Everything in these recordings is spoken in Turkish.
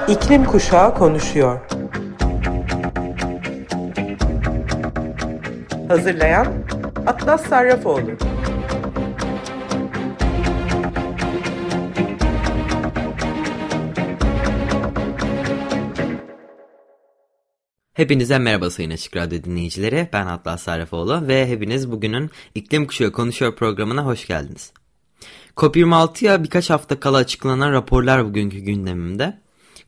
İklim Kuşağı konuşuyor. Hazırlayan Atlas Sarrafoğlu. Hepinize merhaba sayın Açık Radyo dinleyicileri. Ben Atlas Sarrafoğlu ve hepiniz bugünün İklim Kuşağı konuşuyor programına hoş geldiniz. COP26'ya birkaç hafta kala açıklanan raporlar bugünkü gündemimde.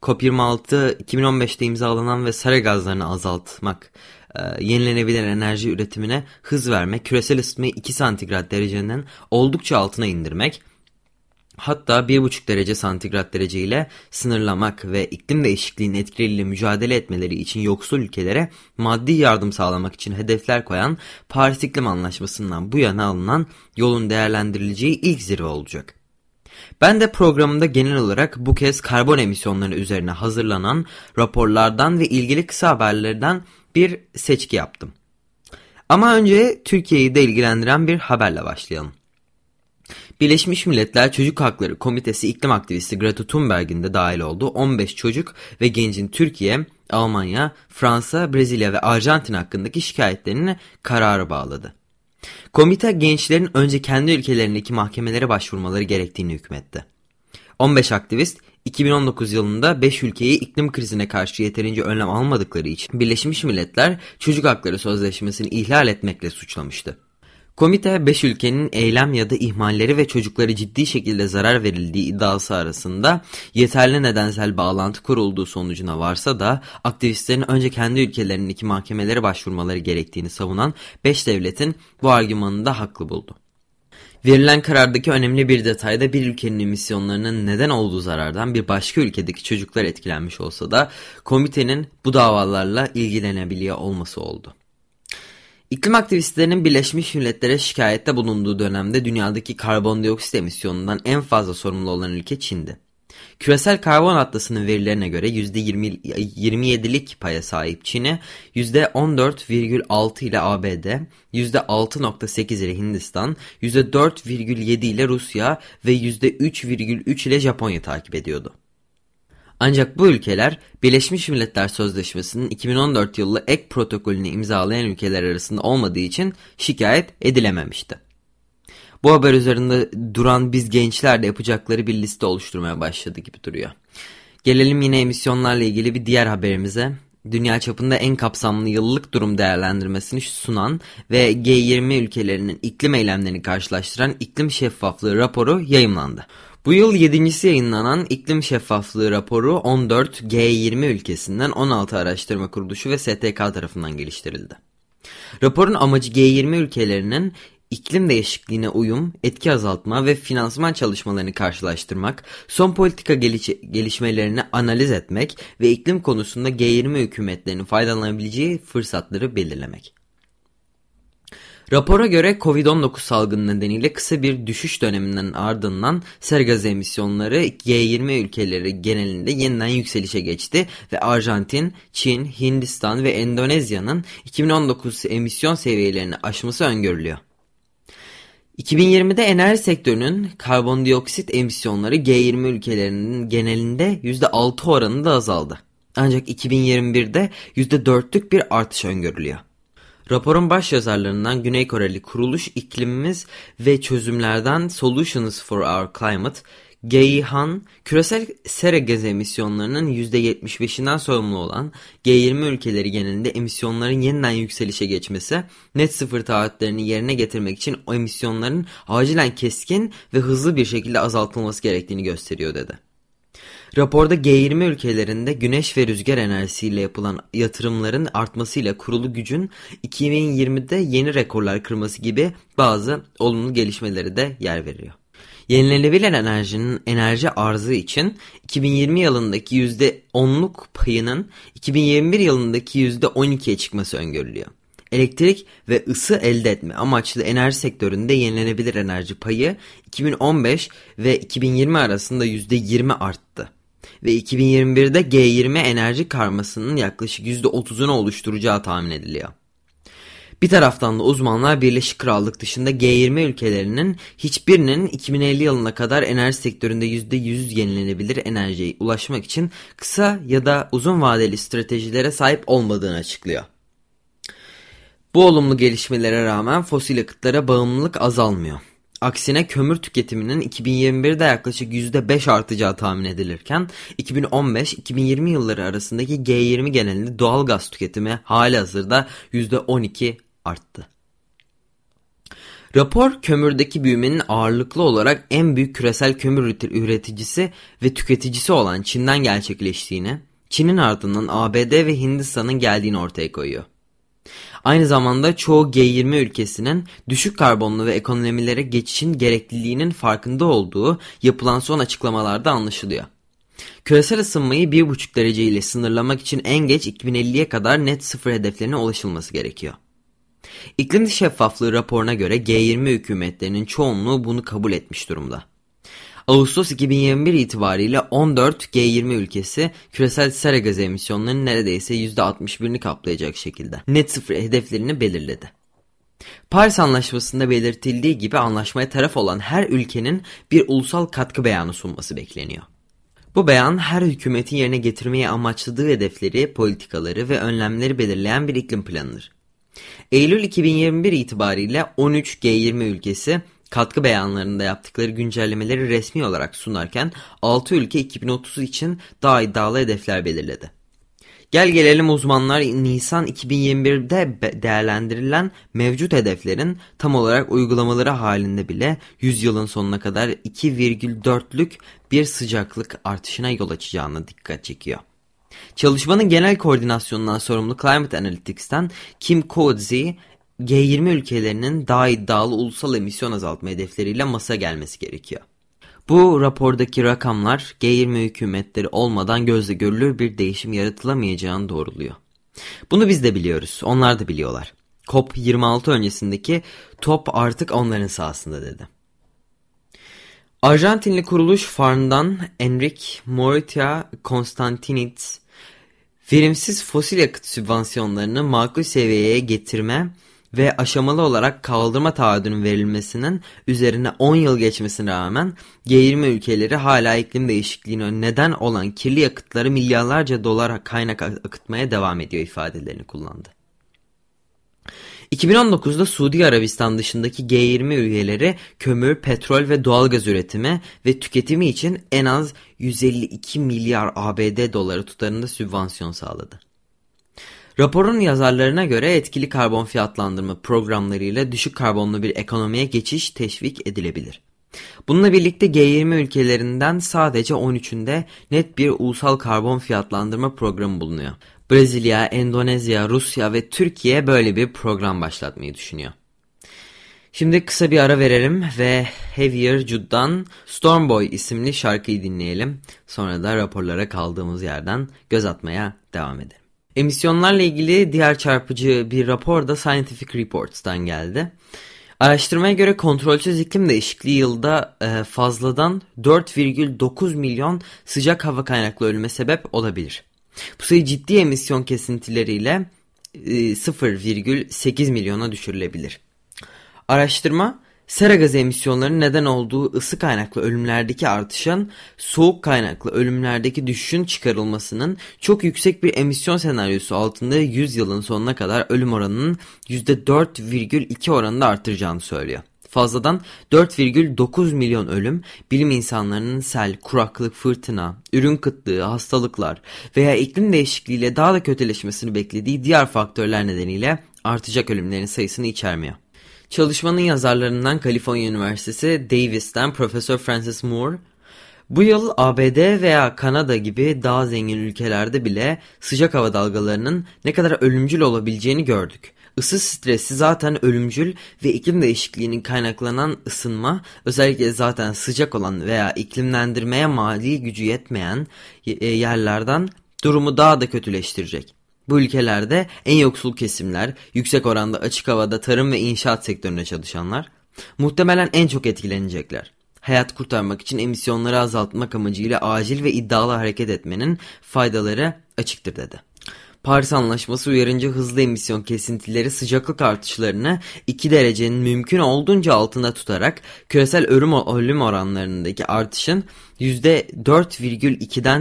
COP26 2015'te imzalanan ve sera gazlarını azaltmak, yenilenebilir enerji üretimine hız vermek, küresel ısıtmayı 2 santigrat derecenin oldukça altına indirmek, hatta 1,5 derece santigrat derece ile sınırlamak ve iklim değişikliğinin etkileriyle mücadele etmeleri için yoksul ülkelere maddi yardım sağlamak için hedefler koyan Paris İklim Anlaşması'ndan bu yana alınan yolun değerlendirileceği ilk zirve olacak. Ben de programımda genel olarak bu kez karbon emisyonları üzerine hazırlanan raporlardan ve ilgili kısa haberlerden bir seçki yaptım. Ama önce Türkiye'yi de ilgilendiren bir haberle başlayalım. Birleşmiş Milletler Çocuk Hakları Komitesi iklim aktivisti Greta Thunberg'in de dahil olduğu 15 çocuk ve gencin Türkiye, Almanya, Fransa, Brezilya ve Arjantin hakkındaki şikayetlerini karara bağladı. Komite gençlerin önce kendi ülkelerindeki mahkemelere başvurmaları gerektiğini hükmetti. 15 aktivist 2019 yılında 5 ülkeyi iklim krizine karşı yeterince önlem almadıkları için Birleşmiş Milletler Çocuk Hakları Sözleşmesi'ni ihlal etmekle suçlamıştı. Komite 5 ülkenin eylem ya da ihmalleri ve çocuklara ciddi şekilde zarar verildiği iddiası arasında yeterli nedensel bağlantı kurulduğu sonucuna varsa da aktivistlerin önce kendi ülkelerindeki mahkemelere başvurmaları gerektiğini savunan 5 devletin bu argümanını da haklı buldu. Verilen karardaki önemli bir detay da bir ülkenin emisyonlarının neden olduğu zarardan bir başka ülkedeki çocuklar etkilenmiş olsa da komitenin bu davalarla ilgilenebiliyor olması oldu. İklim aktivistlerinin Birleşmiş Milletler'e şikayette bulunduğu dönemde dünyadaki karbondioksit emisyonundan en fazla sorumlu olan ülke Çin'di. Küresel karbon atlasının verilerine göre %27'lik paya sahip Çin'e %14,6 ile ABD, %6,8 ile Hindistan, %4,7 ile Rusya ve %3,3 ile Japonya takip ediyordu. Ancak bu ülkeler Birleşmiş Milletler Sözleşmesi'nin 2014 yılı ek protokolünü imzalayan ülkeler arasında olmadığı için şikayet edilememişti. Bu haber üzerinde duran biz gençler de yapacakları bir liste oluşturmaya başladı gibi duruyor. Gelelim yine emisyonlarla ilgili bir diğer haberimize. Dünya çapında en kapsamlı yıllık durum değerlendirmesini sunan ve G20 ülkelerinin iklim eylemlerini karşılaştıran iklim şeffaflığı raporu yayımlandı. Bu yıl 7.si yayınlanan iklim şeffaflığı raporu 14 G20 ülkesinden 16 araştırma kuruluşu ve STK tarafından geliştirildi. Raporun amacı G20 ülkelerinin iklim değişikliğine uyum, etki azaltma ve finansman çalışmalarını karşılaştırmak, son politika gelişmelerini analiz etmek ve iklim konusunda G20 hükümetlerinin faydalanabileceği fırsatları belirlemek. Rapora göre Covid-19 salgını nedeniyle kısa bir düşüş döneminden ardından sera gazı emisyonları G20 ülkeleri genelinde yeniden yükselişe geçti ve Arjantin, Çin, Hindistan ve Endonezya'nın 2019 emisyon seviyelerini aşması öngörülüyor. 2020'de enerji sektörünün karbondioksit emisyonları G20 ülkelerinin genelinde %6 oranında azaldı. Ancak 2021'de %4'lük bir artış öngörülüyor. Raporun başyazarlarından Güney Koreli kuruluş İklimimiz ve Çözümlerden Solutions for Our Climate, GEIHAN, küresel sera gazı emisyonlarının %75'inden sorumlu olan G20 ülkeleri genelinde emisyonların yeniden yükselişe geçmesi, net sıfır taahhütlerini yerine getirmek için o emisyonların acilen keskin ve hızlı bir şekilde azaltılması gerektiğini gösteriyor dedi. Raporda G20 ülkelerinde güneş ve rüzgar enerjisiyle yapılan yatırımların artmasıyla kurulu gücün 2020'de yeni rekorlar kırması gibi bazı olumlu gelişmeleri de yer veriyor. Yenilenebilir enerjinin enerji arzı için 2020 yılındaki %10'luk payının 2021 yılındaki %12'ye çıkması öngörülüyor. Elektrik ve ısı elde etme amaçlı enerji sektöründe yenilenebilir enerji payı 2015 ve 2020 arasında %20 arttı. Ve 2021'de G20 enerji karmasının yaklaşık %30'unu oluşturacağı tahmin ediliyor. Bir taraftan da uzmanlar Birleşik Krallık dışında G20 ülkelerinin hiçbirinin 2050 yılına kadar enerji sektöründe %100 yenilenebilir enerjiye ulaşmak için kısa ya da uzun vadeli stratejilere sahip olmadığını açıklıyor. Bu olumlu gelişmelere rağmen fosil yakıtlara bağımlılık azalmıyor. Aksine kömür tüketiminin 2021'de yaklaşık %5 artacağı tahmin edilirken 2015-2020 yılları arasındaki G20 genelinde doğal gaz tüketimi halihazırda %12 arttı. Rapor kömürdeki büyümenin ağırlıklı olarak en büyük küresel kömür üreticisi ve tüketicisi olan Çin'den gerçekleştiğini, Çin'in ardından ABD ve Hindistan'ın geldiğini ortaya koyuyor. Aynı zamanda çoğu G20 ülkesinin düşük karbonlu ve ekonomilere geçişin gerekliliğinin farkında olduğu yapılan son açıklamalarda anlaşılıyor. Küresel ısınmayı 1,5 derece ile sınırlamak için en geç 2050'ye kadar net sıfır hedeflerine ulaşılması gerekiyor. İklim şeffaflığı raporuna göre G20 hükümetlerinin çoğunluğu bunu kabul etmiş durumda. Ağustos 2021 itibariyle 14 G20 ülkesi küresel sera gazı emisyonlarının neredeyse %61'ini kaplayacak şekilde net sıfır hedeflerini belirledi. Paris Anlaşması'nda belirtildiği gibi anlaşmaya taraf olan her ülkenin bir ulusal katkı beyanı sunması bekleniyor. Bu beyan her hükümetin yerine getirmeyi amaçladığı hedefleri, politikaları ve önlemleri belirleyen bir iklim planıdır. Eylül 2021 itibariyle 13 G20 ülkesi katkı beyanlarında yaptıkları güncellemeleri resmi olarak sunarken 6 ülke 2030 için daha iddialı hedefler belirledi. Gel gelelim uzmanlar Nisan 2021'de değerlendirilen mevcut hedeflerin tam olarak uygulamaları halinde bile 100 yılın sonuna kadar 2,4'lük bir sıcaklık artışına yol açacağına dikkat çekiyor. Çalışmanın genel koordinasyonundan sorumlu Climate Analytics'ten Kim Coetzee, G20 ülkelerinin daha iddialı ulusal emisyon azaltma hedefleriyle masaya gelmesi gerekiyor. Bu rapordaki rakamlar G20 hükümetleri olmadan gözle görülür bir değişim yaratılamayacağını doğruluyor. Bunu biz de biliyoruz, onlar da biliyorlar. COP26 öncesindeki top artık onların sahasında dedi. Arjantinli kuruluş Farm'dan Enrique Morita Constantinidis, verimsiz fosil yakıt sübvansiyonlarını makul seviyeye getirme ve aşamalı olarak kaldırma taahhüdünün verilmesinin üzerine 10 yıl geçmesine rağmen G20 ülkeleri hala iklim değişikliğine neden olan kirli yakıtları milyarlarca dolar kaynak akıtmaya devam ediyor ifadelerini kullandı. 2019'da Suudi Arabistan dışındaki G20 üyeleri kömür, petrol ve doğalgaz üretimi ve tüketimi için en az 152 milyar ABD doları tutarında sübvansiyon sağladı. Raporun yazarlarına göre etkili karbon fiyatlandırma programlarıyla düşük karbonlu bir ekonomiye geçiş teşvik edilebilir. Bununla birlikte G20 ülkelerinden sadece 13'ünde net bir ulusal karbon fiyatlandırma programı bulunuyor. Brezilya, Endonezya, Rusya ve Türkiye böyle bir program başlatmayı düşünüyor. Şimdi kısa bir ara verelim ve Heavier Jude'dan Stormboy isimli şarkıyı dinleyelim. Sonra da raporlara kaldığımız yerden göz atmaya devam edelim. Emisyonlarla ilgili diğer çarpıcı bir rapor da Scientific Reports'tan geldi. Araştırmaya göre kontrolsüz iklim değişikliği yılda fazladan 4,9 milyon sıcak hava kaynaklı ölüme sebep olabilir. Bu sayı ciddi emisyon kesintileriyle 0,8 milyona düşürülebilir. Araştırma, sera gazı emisyonlarının neden olduğu ısı kaynaklı ölümlerdeki artışın soğuk kaynaklı ölümlerdeki düşüşün çıkarılmasının çok yüksek bir emisyon senaryosu altında 100 yılın sonuna kadar ölüm oranının %4,2 oranında artıracağını söylüyor. Fazladan 4,9 milyon ölüm, bilim insanlarının sel, kuraklık, fırtına, ürün kıtlığı, hastalıklar veya iklim değişikliğiyle daha da kötüleşmesini beklediği diğer faktörler nedeniyle artacak ölümlerin sayısını içermiyor. Çalışmanın yazarlarından Kaliforniya Üniversitesi Davis'ten Profesör Francis Moore, bu yıl ABD veya Kanada gibi daha zengin ülkelerde bile sıcak hava dalgalarının ne kadar ölümcül olabileceğini gördük. Isı stresi zaten ölümcül ve iklim değişikliğinin kaynaklanan ısınma, özellikle zaten sıcak olan veya iklimlendirmeye mali gücü yetmeyen yerlerden durumu daha da kötüleştirecek. Bu ülkelerde en yoksul kesimler, yüksek oranda açık havada tarım ve inşaat sektöründe çalışanlar muhtemelen en çok etkilenecekler. Hayat kurtarmak için emisyonları azaltmak amacıyla acil ve iddialı hareket etmenin faydaları açıktır dedi. Paris Anlaşması uyarınca hızlı emisyon kesintileri sıcaklık artışlarını 2 derecenin mümkün olduğunca altında tutarak küresel ölüm oranlarındaki artışın %4,2'den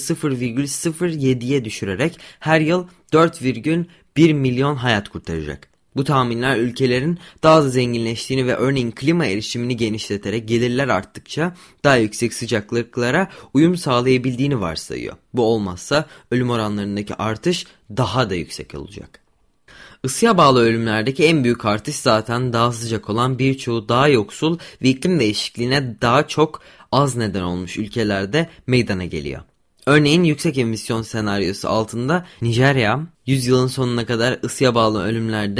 %0,07'ye düşürerek her yıl 4,1 milyon hayat kurtaracak. Bu tahminler ülkelerin daha da zenginleştiğini ve örneğin klima erişimini genişleterek gelirler arttıkça daha yüksek sıcaklıklara uyum sağlayabildiğini varsayıyor. Bu olmazsa ölüm oranlarındaki artış daha da yüksek olacak. Isıya bağlı ölümlerdeki en büyük artış zaten daha sıcak olan birçoğu daha yoksul ve iklim değişikliğine daha çok az neden olmuş ülkelerde meydana geliyor. Örneğin yüksek emisyon senaryosu altında Nijerya 100 yılın sonuna kadar ısıya bağlı ölümlerde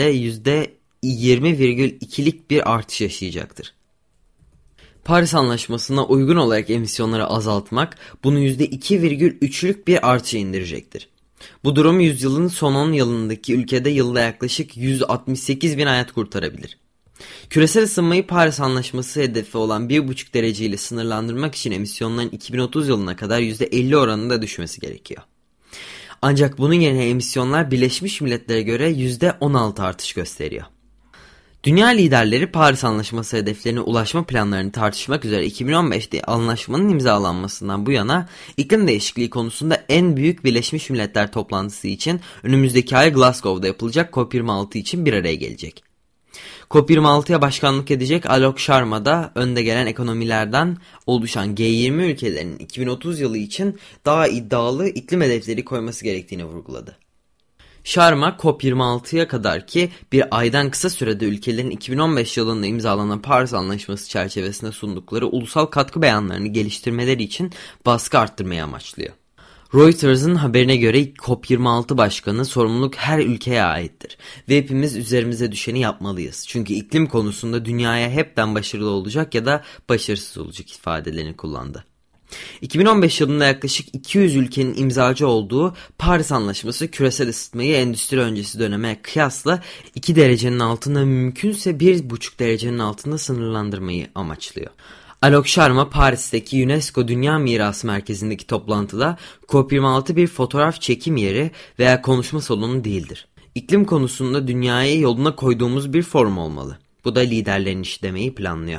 %20,2'lik bir artış yaşayacaktır. Paris Anlaşması'na uygun olarak emisyonları azaltmak bunu %2,3'lük bir artışa indirecektir. Bu durum yüzyılın son 10 yılındaki ülkede yılda yaklaşık 168 bin hayat kurtarabilir. Küresel ısınmayı Paris Anlaşması hedefi olan 1,5 derece ile sınırlandırmak için emisyonların 2030 yılına kadar %50 oranında düşmesi gerekiyor. Ancak bunun yerine emisyonlar Birleşmiş Milletler'e göre %16 artış gösteriyor. Dünya liderleri Paris Anlaşması hedeflerine ulaşma planlarını tartışmak üzere 2015'te anlaşmanın imzalanmasından bu yana iklim değişikliği konusunda en büyük Birleşmiş Milletler toplantısı için önümüzdeki ay Glasgow'da yapılacak COP26 için bir araya gelecek. COP26'ya başkanlık edecek Alok Sharma da önde gelen ekonomilerden oluşan G20 ülkelerinin 2030 yılı için daha iddialı iklim hedefleri koyması gerektiğini vurguladı. Sharma, COP26'ya kadar ki bir aydan kısa sürede ülkelerin 2015 yılında imzalanan Paris Anlaşması çerçevesinde sundukları ulusal katkı beyanlarını geliştirmeleri için baskı arttırmayı amaçlıyor. Reuters'ın haberine göre COP26 başkanı sorumluluk her ülkeye aittir ve hepimiz üzerimize düşeni yapmalıyız. Çünkü iklim konusunda dünyaya hepten başarılı olacak ya da başarısız olacak ifadelerini kullandı. 2015 yılında yaklaşık 200 ülkenin imzacı olduğu Paris Anlaşması küresel ısıtmayı endüstri öncesi döneme kıyasla 2 derecenin altında mümkünse 1,5 derecenin altında sınırlandırmayı amaçlıyor. Alok Sharma Paris'teki UNESCO Dünya Mirası Merkezi'ndeki toplantıda COP26 bir fotoğraf çekim yeri veya konuşma salonu değildir. İklim konusunda dünyayı yoluna koyduğumuz bir forum olmalı. Bu da liderlerin işi demeyi planlıyor.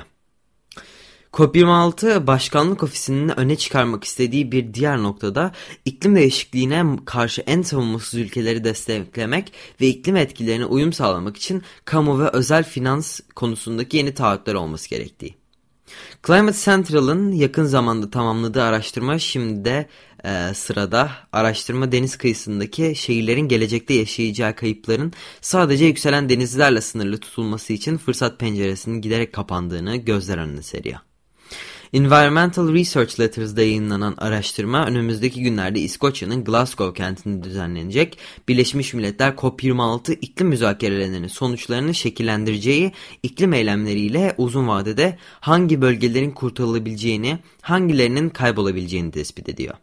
COP26 Başkanlık Ofisi'nin öne çıkarmak istediği bir diğer noktada iklim değişikliğine karşı en savunmasız ülkeleri desteklemek ve iklim etkilerine uyum sağlamak için kamu ve özel finans konusundaki yeni taahhütler olması gerektiği. Climate Central'ın yakın zamanda tamamladığı araştırma şimdi de sırada. Araştırma deniz kıyısındaki şehirlerin gelecekte yaşayacağı kayıpların sadece yükselen denizlerle sınırlı tutulması için fırsat penceresinin giderek kapandığını gözler önüne seriyor. Environmental Research Letters'da yayınlanan araştırma önümüzdeki günlerde İskoçya'nın Glasgow kentinde düzenlenecek Birleşmiş Milletler COP26 iklim müzakerelerinin sonuçlarını şekillendireceği iklim eylemleriyle uzun vadede hangi bölgelerin kurtarılabileceğini, hangilerinin kaybolabileceğini tespit ediyor.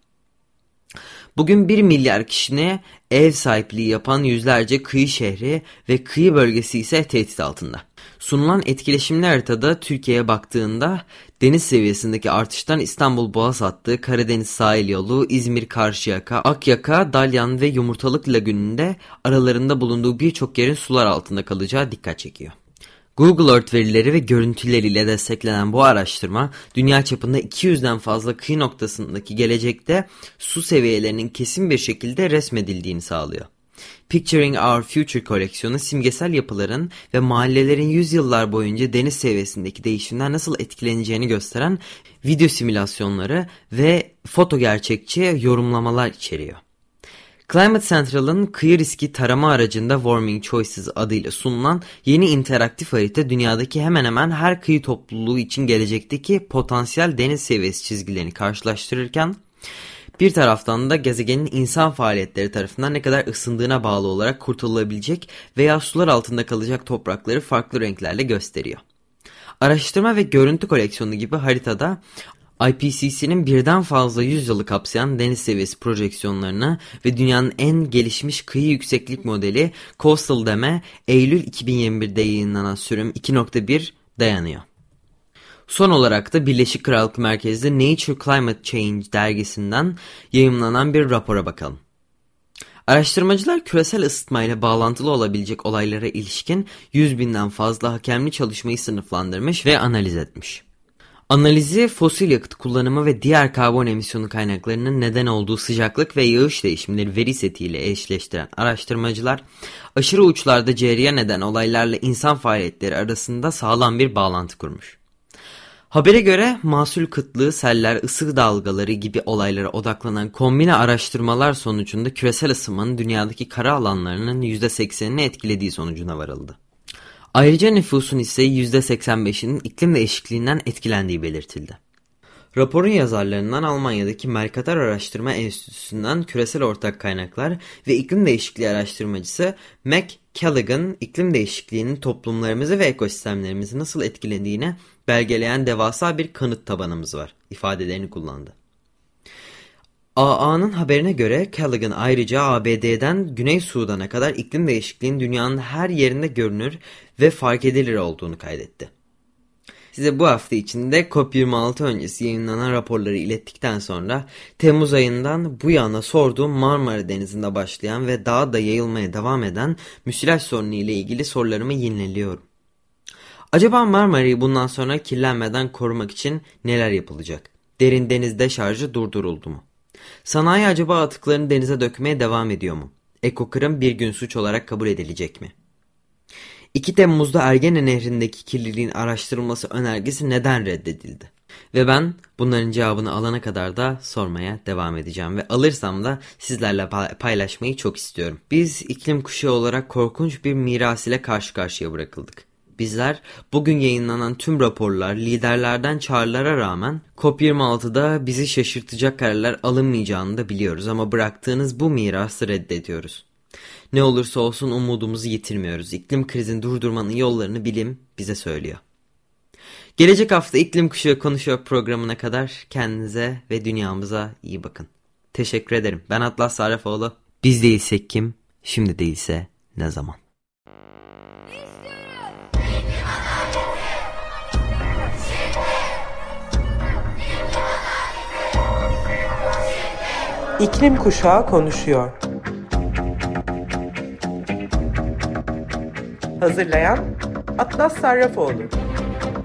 Bugün 1 milyar kişine ev sahipliği yapan yüzlerce kıyı şehri ve kıyı bölgesi ise tehdit altında. Sunulan etkileşimli haritada Türkiye'ye baktığında deniz seviyesindeki artıştan İstanbul Boğaz hattı, Karadeniz sahil yolu, İzmir Karşıyaka, Akyaka, Dalyan ve Yumurtalık Lagünü'nde aralarında bulunduğu birçok yerin sular altında kalacağı dikkat çekiyor. Google Earth verileri ve görüntüleriyle desteklenen bu araştırma dünya çapında 200'den fazla kıyı noktasındaki gelecekte su seviyelerinin kesin bir şekilde resmedildiğini sağlıyor. Picturing Our Future koleksiyonu simgesel yapıların ve mahallelerin yüzyıllar boyunca deniz seviyesindeki değişimden nasıl etkileneceğini gösteren video simülasyonları ve foto gerçekçi yorumlamalar içeriyor. Climate Central'ın kıyı riski tarama aracında Warming Choices adıyla sunulan yeni interaktif harita dünyadaki hemen hemen her kıyı topluluğu için gelecekteki potansiyel deniz seviyesi çizgilerini karşılaştırırken bir taraftan da gezegenin insan faaliyetleri tarafından ne kadar ısındığına bağlı olarak kurtarılabilecek veya sular altında kalacak toprakları farklı renklerle gösteriyor. Araştırma ve görüntü koleksiyonu gibi haritada IPCC'nin birden fazla yüzyılı kapsayan deniz seviyesi projeksiyonlarını ve dünyanın en gelişmiş kıyı yükseklik modeli Coastal Dam'e Eylül 2021'de yayınlanan sürüm 2.1 dayanıyor. Son olarak da Birleşik Krallık merkezli Nature Climate Change dergisinden yayımlanan bir rapora bakalım. Araştırmacılar küresel ısıtmayla bağlantılı olabilecek olaylara ilişkin 100.000'den fazla hakemli çalışmayı sınıflandırmış ve analiz etmiş. Analizi fosil yakıt kullanımı ve diğer karbon emisyonu kaynaklarının neden olduğu sıcaklık ve yağış değişimleri veri setiyle eşleştiren araştırmacılar, aşırı uçlarda cereyan eden olaylarla insan faaliyetleri arasında sağlam bir bağlantı kurmuş. Habere göre mahsul kıtlığı, seller, ısı dalgaları gibi olaylara odaklanan kombine araştırmalar sonucunda küresel ısınmanın dünyadaki kara alanlarının %80'ini etkilediği sonucuna varıldı. Ayrıca nüfusun ise %85'inin iklim değişikliğinden etkilendiği belirtildi. Raporun yazarlarından Almanya'daki Mercator Araştırma Enstitüsü'nden küresel ortak kaynaklar ve iklim değişikliği araştırmacısı Mac Callaghan, iklim değişikliğinin toplumlarımızı ve ekosistemlerimizi nasıl etkilediğini belgeleyen devasa bir kanıt tabanımız var ifadelerini kullandı. AA'nın haberine göre Callaghan ayrıca ABD'den Güney Sudan'a kadar iklim değişikliğinin dünyanın her yerinde görünür ve fark edilir olduğunu kaydetti. Size bu hafta içinde COP26 öncesi yayınlanan raporları ilettikten sonra Temmuz ayından bu yana sorduğum Marmara Denizi'nde başlayan ve daha da yayılmaya devam eden müsilaj sorunu ile ilgili sorularımı yineliyorum. Acaba Marmara'yı bundan sonra kirlenmeden korumak için neler yapılacak? Derin deniz deşarjı durduruldu mu? Sanayi acaba atıklarını denize dökmeye devam ediyor mu? Ekokırım bir gün suç olarak kabul edilecek mi? 2 Temmuz'da Ergene Nehri'ndeki kirliliğin araştırılması önergesi neden reddedildi? Ve ben bunların cevabını alana kadar da sormaya devam edeceğim ve alırsam da sizlerle paylaşmayı çok istiyorum. Biz iklim kuşağı olarak korkunç bir miras ile karşı karşıya bırakıldık. Bizler bugün yayınlanan tüm raporlar, liderlerden çağrılara rağmen COP26'da bizi şaşırtacak kararlar alınmayacağını da biliyoruz ama bıraktığınız bu mirası reddediyoruz. Ne olursa olsun umudumuzu yitirmiyoruz. İklim krizini durdurmanın yollarını bilim bize söylüyor. Gelecek hafta iklim kuşağı konuşuyor programına kadar kendinize ve dünyamıza iyi bakın. Teşekkür ederim. Ben Atlas Sarrafoğlu. Biz değilsek kim? Şimdi değilse ne zaman? İklim Kuşağı konuşuyor. Hazırlayan Atlas Sarrafoğlu.